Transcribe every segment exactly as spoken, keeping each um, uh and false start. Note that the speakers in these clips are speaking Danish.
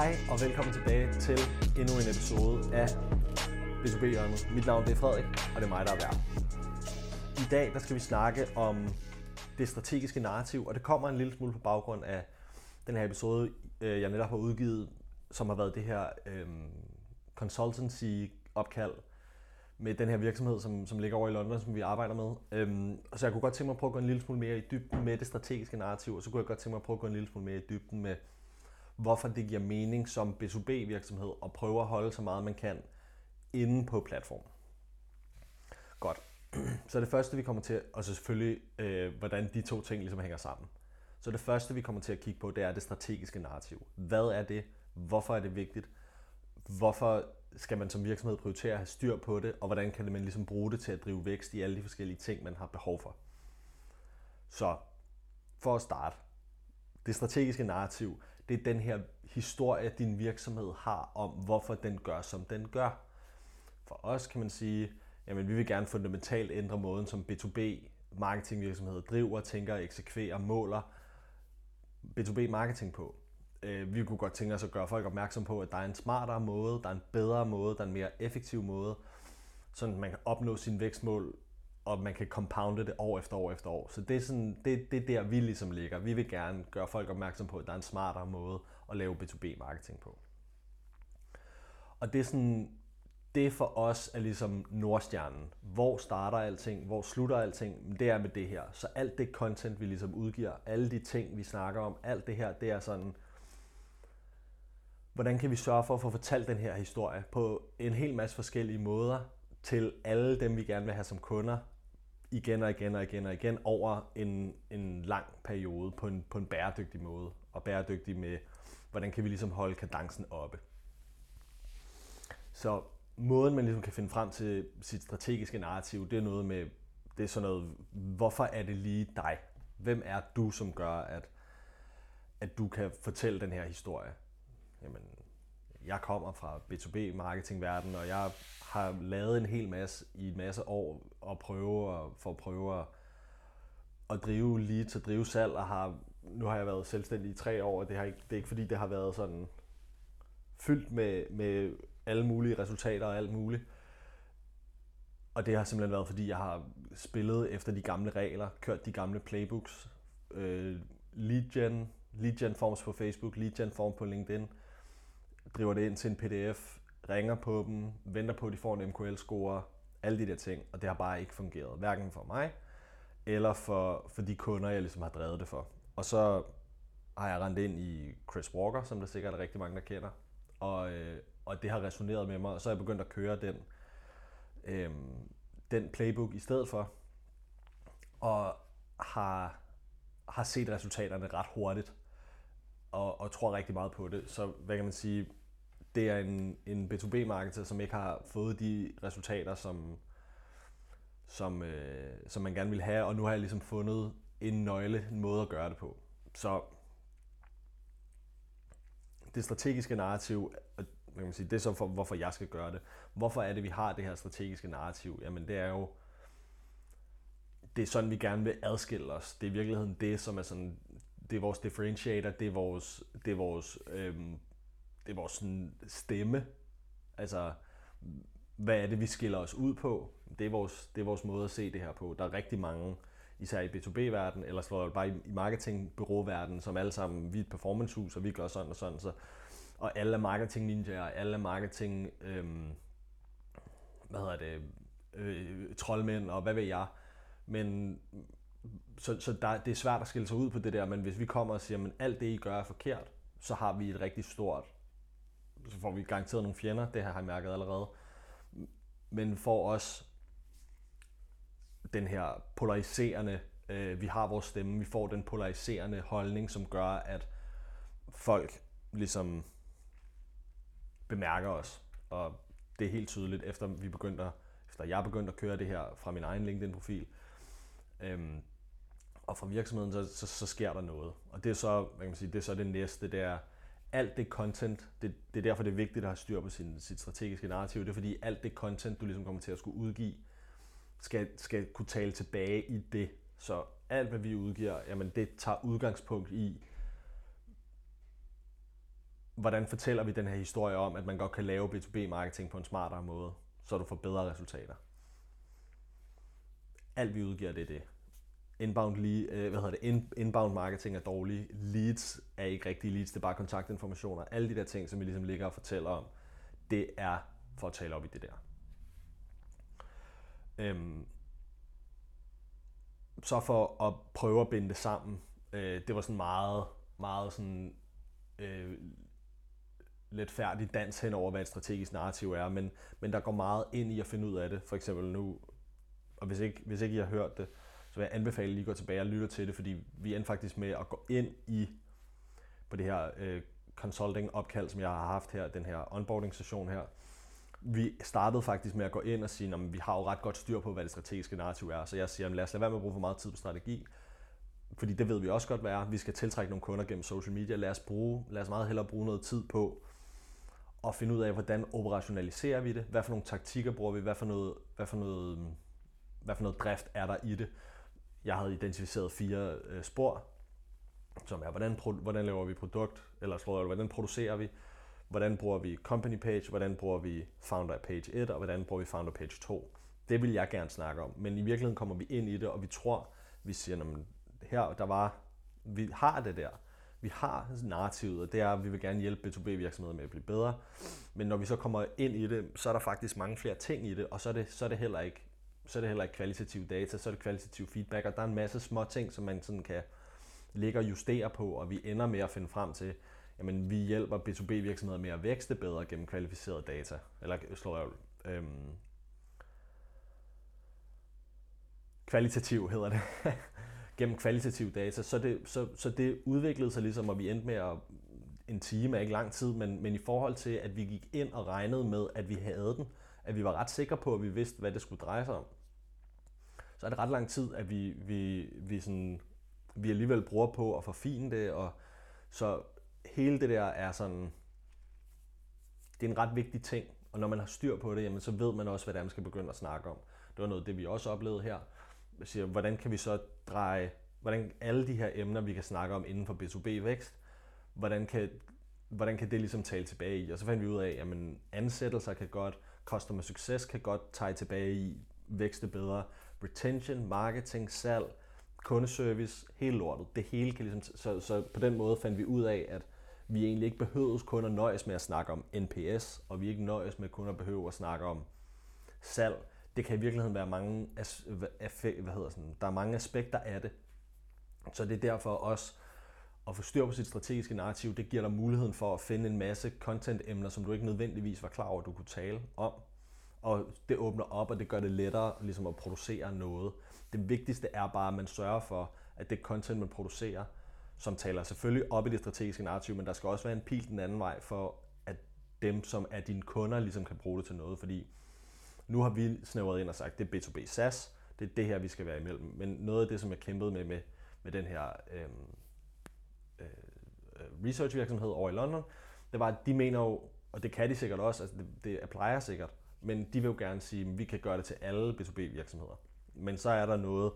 Hej og velkommen tilbage til endnu en episode af B to B-hjørnet. Mit navn det er Frederik, og det er mig, der er vært. I dag der skal vi snakke om det strategiske narrativ, og det kommer en lille smule på baggrund af den her episode, jeg netop har udgivet, som har været det her øhm, consultancy-opkald med den her virksomhed, som, som ligger over i London, som vi arbejder med. Øhm, så jeg kunne godt tænke mig at prøve at gå en lille smule mere i dybden med det strategiske narrativ, og så kunne jeg godt tænke mig at prøve at gå en lille smule mere i dybden med, hvorfor det giver mening som B to B-virksomhed at prøve at holde så meget man kan inde på platformen. Godt. Så det første vi kommer til, og så selvfølgelig øh, hvordan de to ting ligesom hænger sammen. Så det første vi kommer til at kigge på, det er det strategiske narrativ. Hvad er det? Hvorfor er det vigtigt? Hvorfor skal man som virksomhed prioritere at have styr på det? Og hvordan kan man ligesom bruge det til at drive vækst i alle de forskellige ting, man har behov for? Så for at starte. Det strategiske narrativ, det er den her historie, din virksomhed har om, hvorfor den gør, som den gør. For os kan man sige, jamen vi vil gerne fundamentalt ændre måden, som B to B marketingvirksomheder driver, tænker, eksekverer, måler B to B marketing på. Vi kunne godt tænke os at gøre folk opmærksom på, at der er en smartere måde, der er en bedre måde, der er en mere effektiv måde, så man kan opnå sine vækstmål, og man kan compounde det år efter år efter år. Så det er, sådan, det, det er der, vi ligesom ligger. Vi vil gerne gøre folk opmærksom på, at der er en smartere måde at lave B to B marketing på. Og det er sådan, det for os er ligesom Nordstjernen. Hvor starter alting? Hvor slutter alting? Det er med det her. Så alt det content, vi ligesom udgiver, alle de ting, vi snakker om, alt det her, det er sådan, hvordan kan vi sørge for at få fortalt den her historie på en hel masse forskellige måder til alle dem, vi gerne vil have som kunder, igen og igen og igen og igen over en, en lang periode på en, på en bæredygtig måde. Og bæredygtig med, hvordan kan vi ligesom holde kadencen oppe. Så måden, man ligesom kan finde frem til sit strategiske narrativ, det er noget med, det er sådan noget, hvorfor er det lige dig? Hvem er du, som gør, at, at du kan fortælle den her historie? Jamen, jeg kommer fra B to B marketingverdenen, og jeg har lavet en hel masse i en masse år og prøve at, for at prøve at, at drive leads og drive salg, og har, nu har jeg været selvstændig i tre år, og det, har ikke, det er ikke fordi, det har været sådan fyldt med, med alle mulige resultater og alt muligt. Og det har simpelthen været, fordi jeg har spillet efter de gamle regler, kørt de gamle playbooks, øh, lead gen, lead gen forms på Facebook, lead gen form på LinkedIn, driver det ind til en P D F, ringer på dem, venter på, at de får en M Q L-score, alle de der ting, og det har bare ikke fungeret, hverken for mig, eller for, for de kunder, jeg ligesom har drevet det for. Og så har jeg rendt ind i Chris Walker, som der sikkert er rigtig mange, der kender, og, øh, og det har resoneret med mig, og så er jeg begyndt at køre den, øh, den playbook i stedet for, og har, har set resultaterne ret hurtigt, og, og tror rigtig meget på det. Så hvad kan man sige, det er en, en B to B-marketer, som ikke har fået de resultater, som, som, øh, som man gerne vil have, og nu har jeg ligesom fundet en nøgle, en måde at gøre det på. Så det strategiske narrativ, hvad kan man sige, det er så for, hvorfor jeg skal gøre det. Hvorfor er det, vi har det her strategiske narrativ? Jamen det er jo, det er sådan, vi gerne vil adskille os. Det er i virkeligheden det, som er sådan, det er vores differentiator, det er vores, det er vores, øhm, det er vores sådan, stemme. Altså, hvad er det, vi skiller os ud på? Det er, vores, det er vores måde at se det her på. Der er rigtig mange, især i B to B-verdenen, eller så bare i marketingbureau-verdenen, som alle sammen, vi er et performancehus, og vi gør sådan og sådan. Så, og alle er marketing-ninjaer, alle er marketing, øhm, hvad hedder det, øh, troldmænd, og hvad ved jeg. Men så, så der, det er svært at skille sig ud på det der, men hvis vi kommer og siger, at alt det, I gør, er forkert, så har vi et rigtig stort, så får vi garanteret nogle fjender, det her har jeg mærket allerede, men for os, den her polariserende, øh, vi har vores stemme, vi får den polariserende holdning, som gør, at folk ligesom bemærker os, og det er helt tydeligt, efter vi begyndte, efter jeg begyndte at køre det her fra min egen LinkedIn-profil, øhm, og fra virksomheden, så, så, så sker der noget. Og det er så, hvad kan man sige, det er så det næste, det er alt det content, det, det er derfor, det er vigtigt at have styr på sin, sit strategiske narrativ, det er fordi alt det content, du ligesom kommer til at skulle udgive, skal, skal kunne tale tilbage i det. Så alt, hvad vi udgiver, jamen det tager udgangspunkt i, hvordan fortæller vi den her historie om, at man godt kan lave B to B-marketing på en smartere måde, så du får bedre resultater. Alt vi udgiver, det er det. Inbound, lead, øh, hvad hedder det? Inbound marketing er dårlig. Leads er ikke rigtige leads, det er bare kontaktinformationer. Alle de der ting, som vi ligesom ligger og fortæller om, det er for at tale op i det der. Øhm, så for at prøve at binde det sammen, øh, det var sådan meget, meget sådan øh, lidt færdig dans hen over, hvad et strategisk narrativ er, men, men der går meget ind i at finde ud af det. For eksempel nu, og hvis ikke, hvis ikke I har hørt det, så vil jeg anbefale, at I lige går tilbage og lytter til det, fordi vi endte faktisk med at gå ind i på det her øh, consulting-opkald, som jeg har haft her, den her onboarding-session her. Vi startede faktisk med at gå ind og sige, at vi har jo ret godt styr på, hvad det strategiske narrativ er. Så jeg siger, lad os lade være med at bruge for meget tid på strategi, fordi det ved vi også godt, hvad er. Vi skal tiltrække nogle kunder gennem social media. Lad os, bruge, lad os meget hellere bruge noget tid på at finde ud af, hvordan operationaliserer vi det, hvad for nogle taktikker bruger vi, hvad for noget, hvad for noget, hvad for noget drift er der i det. Jeg havde identificeret fire øh, spor, som er, hvordan, hvordan laver vi produkt, eller slår, hvordan producerer vi, hvordan bruger vi company page, hvordan bruger vi founder page et, og hvordan bruger vi founder page to. Det vil jeg gerne snakke om, men i virkeligheden kommer vi ind i det, og vi tror, vi siger, at her, der var, vi har det der, vi har narrativet, og det er, at vi vil gerne hjælpe B to B-virksomheder med at blive bedre, men når vi så kommer ind i det, så er der faktisk mange flere ting i det, og så er det, så er det heller ikke så er det heller ikke kvalitativ data, så er det kvalitativ feedback, og der er en masse små ting, som man sådan kan ligge og justere på, og vi ender med at finde frem til, jamen vi hjælper B to B-virksomheder med at vækste bedre gennem kvalificeret data, eller slår jeg øhm, kvalitativ hedder det, gennem kvalitativ data, så det, så, så det udviklede sig ligesom, og vi endte med at, en time er ikke lang tid, men, men i forhold til, at vi gik ind og regnede med, at vi havde den, at vi var ret sikre på, at vi vidste, hvad det skulle dreje sig om, så er det ret lang tid, at vi, vi, vi, sådan, vi alligevel bruger på at forfine det, og så hele det der er sådan, det er en ret vigtig ting, og når man har styr på det, jamen, så ved man også, hvad det er, man skal begynde at snakke om. Det var noget af det, vi også oplevede her. Jeg siger, hvordan kan vi så dreje, hvordan alle de her emner, vi kan snakke om inden for B to B-vækst, hvordan kan, hvordan kan det ligesom tale tilbage i? Og så fandt vi ud af, at ansættelser kan godt, customer success kan godt tage tilbage i, vækste bedre, retention, marketing, salg, kundeservice, hele lortet. Det hele kan ligesom, så, så på den måde fandt vi ud af, at vi egentlig ikke behøves kun at nøjes med at snakke om N P S, og vi ikke nøjes med kun at behøve at snakke om salg. Det kan i virkeligheden være mange, hvad hedder sådan, der er mange aspekter af det. Så det er derfor også at få styr på sit strategiske narrativ, det giver dig muligheden for at finde en masse content-emner, som du ikke nødvendigvis var klar over, at du kunne tale om. Og det åbner op, og det gør det lettere ligesom at producere noget. Det vigtigste er bare, at man sørger for, at det content, man producerer, som taler selvfølgelig op i det strategiske narrativ, men der skal også være en pil den anden vej, for at dem, som er dine kunder, ligesom kan bruge det til noget. Fordi nu har vi snævret ind og sagt, det er B to B SaaS, det er det her, vi skal være imellem. Men noget af det, som jeg kæmpede med med, med den her øh, øh, research-virksomhed over i London, det var, at de mener jo, og det kan de sikkert også, altså det, det applier sikkert, men de vil jo gerne sige, at vi kan gøre det til alle B to B-virksomheder. Men så er der noget,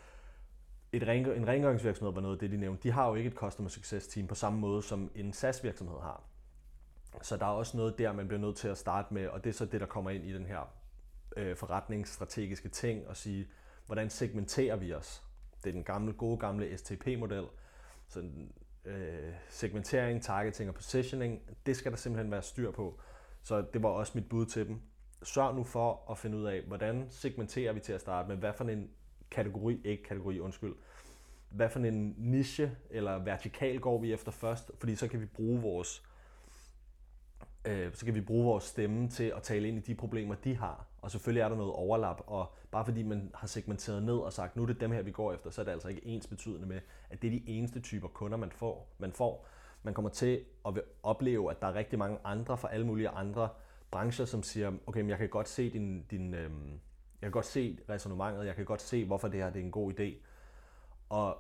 et ren, en rengøringsvirksomhed var noget af det, de nævnte. De har jo ikke et customer success team på samme måde, som en SaaS-virksomhed har. Så der er også noget der, man bliver nødt til at starte med, og det er så det, der kommer ind i den her øh, forretningsstrategiske ting, og sige, hvordan segmenterer vi os? Det er den gamle, gode gamle S T P-model. Så øh, segmentering, targeting og positioning, det skal der simpelthen være styr på. Så det var også mit bud til dem. Sørg nu for at finde ud af, hvordan segmenterer vi til at starte med, hvad for en kategori, ikke kategori, undskyld, hvad for en niche eller vertikal går vi efter først, fordi så kan vi bruge vores øh, så kan vi bruge vores stemme til at tale ind i de problemer, de har. Og selvfølgelig er der noget overlap, og bare fordi man har segmenteret ned og sagt, nu er det dem her, vi går efter, så er det altså ikke ens betydende med, at det er de eneste typer kunder, man får. Man får. Man kommer til at opleve, at der er rigtig mange andre fra alle mulige andre brancher, som siger, okay, men jeg kan godt se din, din øh, jeg kan godt se ræsonnementet, jeg kan godt se, hvorfor det her det er en god idé. Og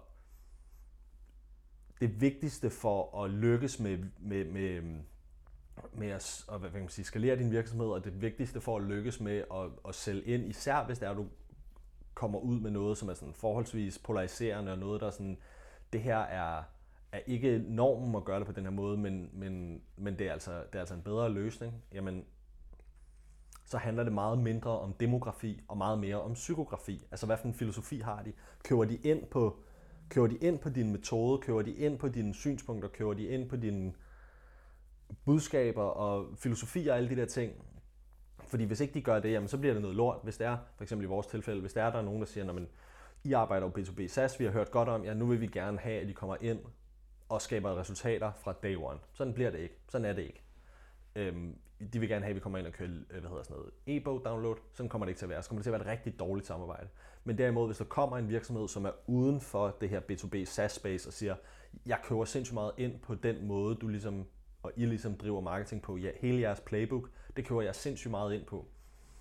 det vigtigste for at lykkes med, med, med, med at, at hvad kan man sige, skalere din virksomhed, og det vigtigste for at lykkes med at, at sælge ind, især hvis det er, at du kommer ud med noget, som er sådan forholdsvis polariserende, og noget, der sådan, det her er, er ikke normen at gøre det på den her måde, men, men, men det, er altså, det er altså en bedre løsning, jamen, så handler det meget mindre om demografi og meget mere om psykografi. Altså hvad for en filosofi har de? Køber de ind på, køber de ind på din metode? Køber de ind på dine synspunkter? Køber de ind på dine budskaber og filosofi og alle de der ting? Fordi hvis ikke de gør det, jamen, så bliver det noget lort. Hvis det er, for eksempel i vores tilfælde, hvis der er der er nogen, der siger, at I arbejder jo B to B SaaS, vi har hørt godt om jer, nu vil vi gerne have, at I kommer ind og skaber resultater fra day one. Sådan bliver det ikke. Sådan er det ikke. Øhm, de vil gerne have, at vi kommer ind og kører hvad hedder sådan noget, e-bog download. Sådan kommer det ikke til at være. Så kommer det til at være et rigtig dårligt samarbejde. Men derimod, hvis der kommer en virksomhed, som er uden for det her B to B SaaS space og siger, jeg køber sindssygt meget ind på den måde, du ligesom, og I ligesom driver marketing på, ja, hele jeres playbook, det køber jeg sindssygt meget ind på.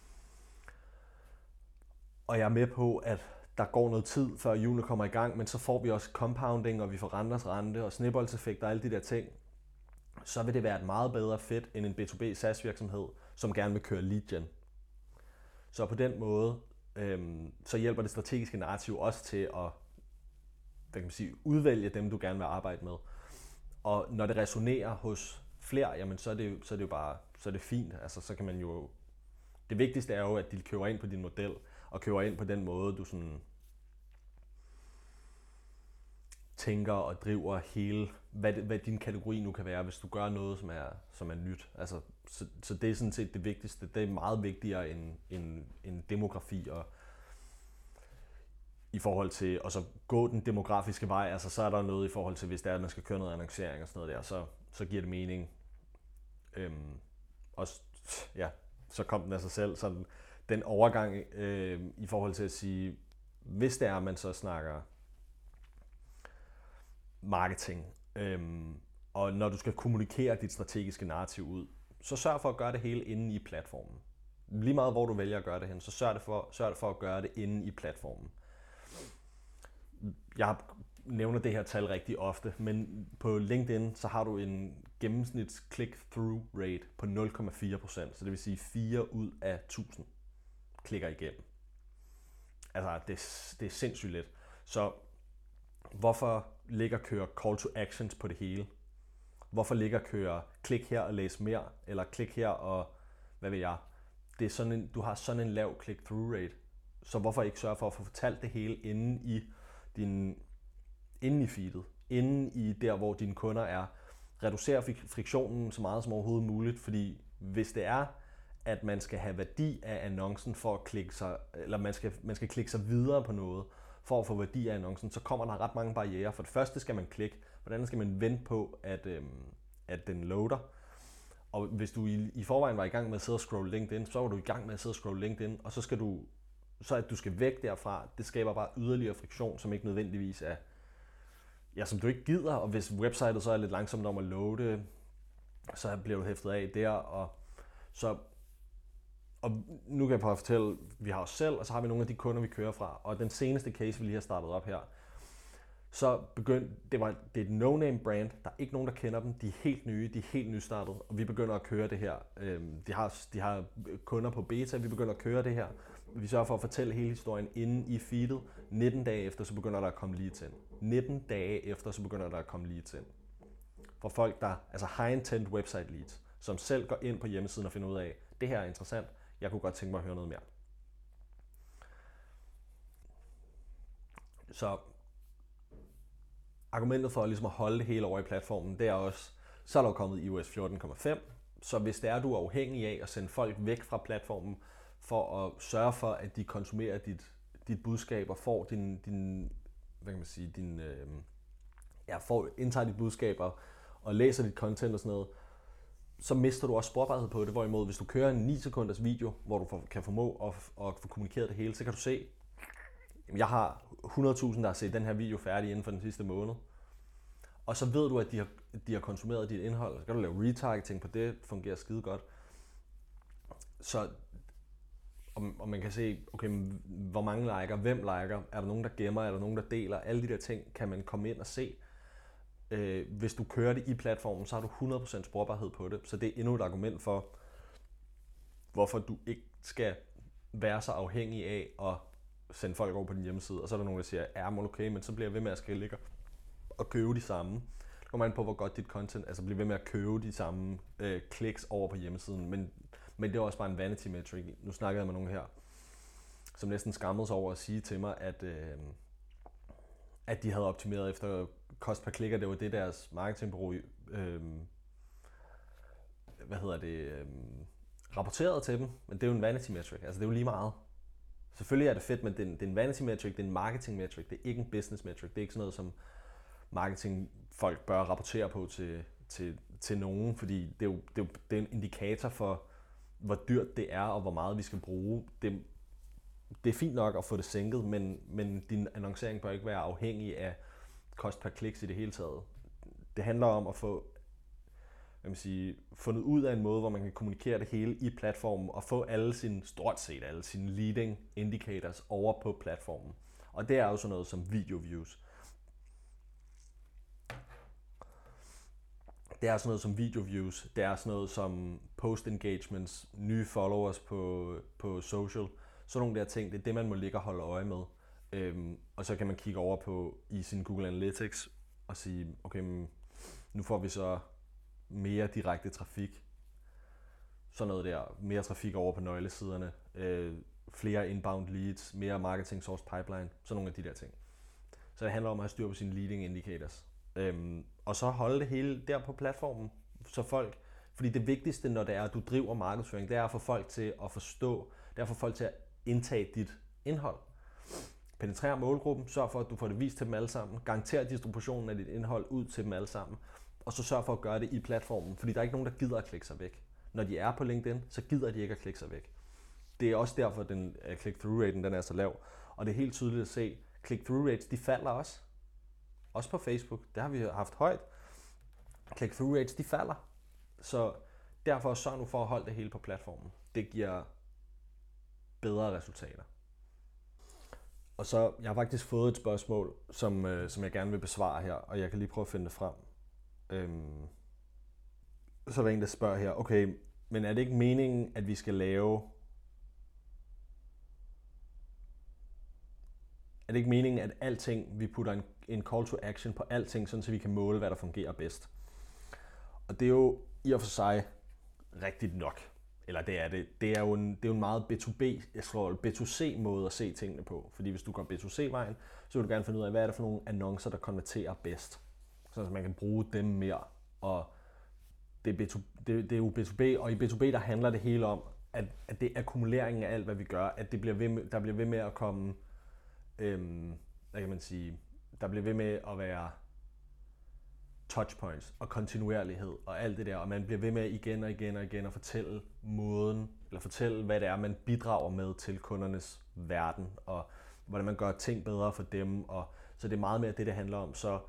Og jeg er med på, at der går noget tid, før hjulene kommer i gang, men så får vi også compounding, og vi får renters rente og snibboldseffekter og alle de der ting. Så vil det være et meget bedre fit end en B to B SaaS virksomhed, som gerne vil køre lead gen. Så på den måde, øhm, så hjælper det strategiske narrativ også til at hvad kan man sige, udvælge dem, du gerne vil arbejde med. Og når det resonerer hos flere, jamen så er det, så er det jo bare så er det fint. Altså, så kan man jo, det vigtigste er jo, at de køber ind på din model, og køber ind på den måde, du sådan tænker og driver hele, hvad, det, hvad din kategori nu kan være, hvis du gør noget, som er, som er nyt. Altså, så, så det er sådan set det vigtigste. Det er meget vigtigere end, end, end demografi og i forhold til at så gå den demografiske vej. Altså, så er der noget i forhold til, hvis det er, at man skal køre noget annoncering og sådan noget der, så, så giver det mening. Øhm, og ja, så kom den af sig selv. Så den overgang øh, i forhold til at sige, hvis det er, at man så snakker marketing, øhm, og når du skal kommunikere dit strategiske narrativ ud, så sørg for at gøre det hele inde i platformen. Lige meget hvor du vælger at gøre det hen, så sørg, det for, sørg for at gøre det inde i platformen. Jeg nævner det her tal rigtig ofte, men på LinkedIn, så har du en gennemsnits click-through rate på nul komma fire procent, så det vil sige fire ud af tusind klikker igennem. Altså, det, det er sindssygt let. Så hvorfor ligger køre call to actions på det hele? Hvorfor ligger køre klik her og læs mere, eller klik her og hvad ved jeg? Det er sådan en, du har sådan en lav click-through rate, så hvorfor ikke sørge for at få fortalt det hele inde i din, inde i feedet, inde i der, hvor dine kunder er. Reducere friktionen så meget som overhovedet muligt, fordi hvis det er, at man skal have værdi af annoncen for at klikke sig, eller man skal, man skal klikke sig videre på noget, for at få værdi af annoncen, så kommer der ret mange barrierer. For det første skal man klikke, for det andet skal man vente på, at, øhm, at den loader. Og hvis du i, i forvejen var i gang med at sidde og scrolle LinkedIn, så var du i gang med at sidde og scrolle LinkedIn, og så skal du, så at du skal væk derfra, det skaber bare yderligere friktion, som ikke nødvendigvis er, ja, som du ikke gider, og hvis websitet så er lidt langsomt om at loade, så bliver du hæftet af der, og så Og nu kan jeg bare fortælle, vi har os selv, og så har vi nogle af de kunder, vi kører fra. Og den seneste case, vi lige har startet op her, så begyndte, det var det er et no-name brand, der er ikke nogen, der kender dem, de er helt nye, de er helt nystartet, og vi begynder at køre det her. De har, de har kunder på beta, vi begynder at køre det her. Vi sørger for at fortælle hele historien inde i feedet. nitten dage efter, så begynder der at komme leads ind. nitten dage efter, så begynder der at komme leads ind. For folk, der, altså high-intent website leads, som selv går ind på hjemmesiden og finder ud af, det her er interessant, jeg kunne godt tænke mig at høre noget mere. Så argumentet for ligesom at holde det hele over i platformen, det er også, så er der kommet i O S fjorten komma fem, så hvis det er, du er afhængig af at sende folk væk fra platformen, for at sørge for, at de konsumerer dit, dit budskab og får din, din hvad kan man sige, din, øh, ja, får, indtager dit budskab og, og læser dit content og sådan noget, så mister du også sporbarhed på det. Hvorimod, hvis du kører en ni sekunders video, hvor du kan formå at, at få kommunikeret det hele, så kan du se, jeg har hundrede tusind, der har set den her video færdig inden for den sidste måned. Og så ved du, at de har, de har konsumeret dit indhold. Så kan du lave retargeting på det, det fungerer skide godt. Så og man kan se, okay, hvor mange liker, hvem liker, er der nogen, der gemmer, er der nogen, der deler, alle de der ting kan man komme ind og se. Hvis du kører det i platformen, så har du hundrede procent sporbarhed på det, så det er endnu et argument for, hvorfor du ikke skal være så afhængig af at sende folk over på din hjemmeside, og så er der nogen, der siger, ja, men okay, men så bliver jeg ved med at skal ligge at købe de samme. Det kommer an på, hvor godt dit content, altså blive ved med at købe de samme øh, kliks over på hjemmesiden, men, men det er også bare en vanity metric. Nu snakkede jeg med nogen her, som næsten skammede sig over at sige til mig, at, øh, at de havde optimeret efter kost per klikker. Det var det, deres marketingbureau øh, hvad hedder det, øh, rapporterede til dem, men det er jo en vanity metric, altså det er jo lige meget. Selvfølgelig er det fedt, men det er, en, det er en vanity metric, det er en marketing metric, det er ikke en business metric, det er ikke sådan noget, som marketingfolk bør rapportere på til, til, til nogen, fordi det er, jo, det, er jo, det er en indikator for, hvor dyrt det er, og hvor meget vi skal bruge. Det, det er fint nok at få det sænket, men, men din annoncering bør ikke være afhængig af kost per kliks i det hele taget. Det handler om at få hvad man sige, fundet ud af en måde, hvor man kan kommunikere det hele i platformen, og få alle sine, stort set alle sine leading indicators over på platformen. Og det er jo sådan noget som video views. Det er sådan noget som video views, det er sådan noget som post engagements, nye followers på, på social. Sådan nogle der ting, det er det, man må ligge og holde øje med. Øhm, og så kan man kigge over på i sin Google Analytics og sige, okay, nu får vi så mere direkte trafik. Sådan noget der, mere trafik over på nøglesiderne, øh, flere inbound leads, mere marketing source pipeline, sådan nogle af de der ting. Så det handler om at have styr på sine leading indicators. Øhm, og så holde det hele der på platformen, så folk, fordi det vigtigste, når det er, at du driver markedsføring, det er at få folk til at forstå, det er at få folk til at indtage dit indhold. Penetrere målgruppen, sørg for, at du får det vist til dem alle sammen, garanter distributionen af dit indhold ud til dem alle sammen, og så sørg for at gøre det i platformen, fordi der er ikke nogen, der gider at klikke sig væk. Når de er på LinkedIn, så gider de ikke at klikke sig væk. Det er også derfor, at den uh, click-through-raten den er så lav. Og det er helt tydeligt at se, click-through-rates, de falder også. Også på Facebook, det har vi haft højt. Click-through-rates, de falder. Så derfor sørg nu for at holde det hele på platformen. Det giver bedre resultater. Og så, jeg har faktisk fået et spørgsmål, som, øh, som jeg gerne vil besvare her, og jeg kan lige prøve at finde det frem. Øhm, så er der en, der spørger her, okay, men er det ikke meningen, at vi skal lave... Er det ikke meningen, at alting, vi putter en, en call to action på alting, sådan så vi kan måle, hvad der fungerer bedst? Og det er jo i og for sig rigtigt nok. Eller det er det. Det er jo en, det er jo en meget B to B, jeg tror, B to C måde at se tingene på. Fordi hvis du går B to C-vejen, så vil du gerne finde ud af, hvad er det for nogle annoncer, der konverterer bedst. Så man kan bruge dem mere. Og det er, B to, det, det er jo B to B, og i B to B der handler det hele om, at, at det er akkumuleringen af alt, hvad vi gør, at det bliver ved med, der bliver ved med at komme, øhm, hvad kan man sige, der bliver ved med at være touchpoints og kontinuerlighed og alt det der, og man bliver ved med igen og igen og igen at fortælle måden, eller fortælle, hvad det er, man bidrager med til kundernes verden, og hvordan man gør ting bedre for dem, og så det er meget mere det, det handler om. Så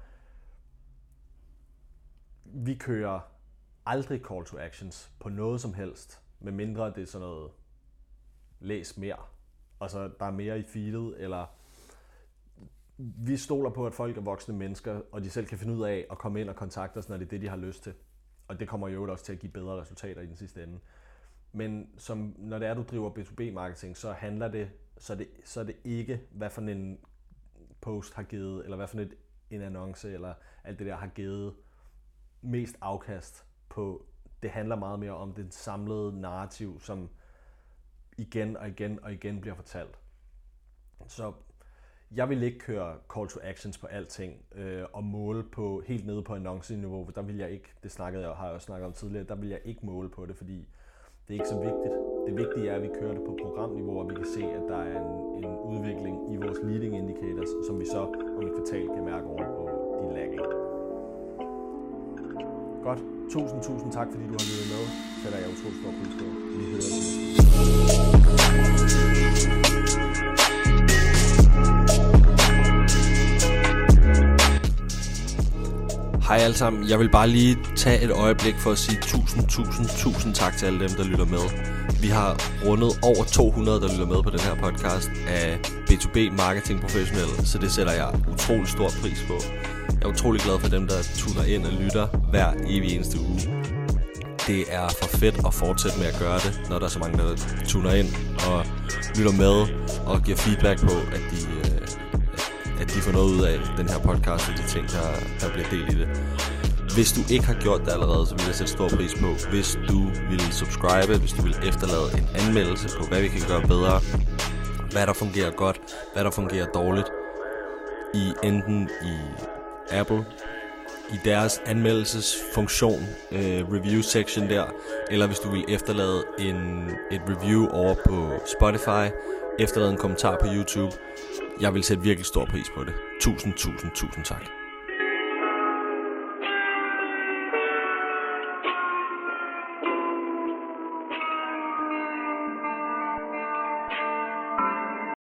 vi kører aldrig call to actions på noget som helst, medmindre det er sådan noget, læs mere, og så der er mere i feedet, eller vi stoler på, at folk er voksne mennesker, og de selv kan finde ud af at komme ind og kontakte os, når det er det, de har lyst til. Og det kommer jo også til at give bedre resultater i den sidste ende. Men som, når det er, du driver B to B-marketing, så handler det, så er det, så er det ikke, hvad for en post har givet, eller hvad for en, en annonce, eller alt det der har givet mest afkast på. Det handler meget mere om det samlede narrativ, som igen og igen og igen bliver fortalt. Så jeg vil ikke køre call to actions på alting øh, og måle på helt nede på annonceniveau, for der vil jeg ikke, det snakkede jeg, har jeg også snakket om tidligere, der vil jeg ikke måle på det, fordi det er ikke så vigtigt. Det vigtige er, at vi kører det på programniveau, og vi kan se, at der er en, en udvikling i vores leading indicators, som vi så om et kvartal kan mærke over på de lagging. Godt. Tusind, tusind tak, fordi du har lyttet med. Sætter jeg utrolig stor pris på. Vi hører det. Hej alle sammen. Jeg vil bare lige tage et øjeblik for at sige tusind, tusind, tusind tak til alle dem, der lytter med. Vi har rundet over to hundrede, der lytter med på den her podcast af B to B marketing professionelle, så det sætter jeg utrolig stor pris på. Jeg er utrolig glad for dem, der tuner ind og lytter hver evig eneste uge. Det er for fedt at fortsætte med at gøre det, når der er så mange, der tuner ind og lytter med og giver feedback på, at de, at de får noget ud af den her podcast og de ting, der, der bliver delt i det. Hvis du ikke har gjort det allerede, så vil jeg sætte stor pris på, hvis du vil subscribe, hvis du vil efterlade en anmeldelse på, hvad vi kan gøre bedre, hvad der fungerer godt, hvad der fungerer dårligt, i enten i Apple, i deres anmeldelsesfunktion, øh, review section der, eller hvis du vil efterlade en, et review over på Spotify, efterlade en kommentar på YouTube. Jeg vil sætte virkelig stor pris på det. Tusind, tusind, tusind tak.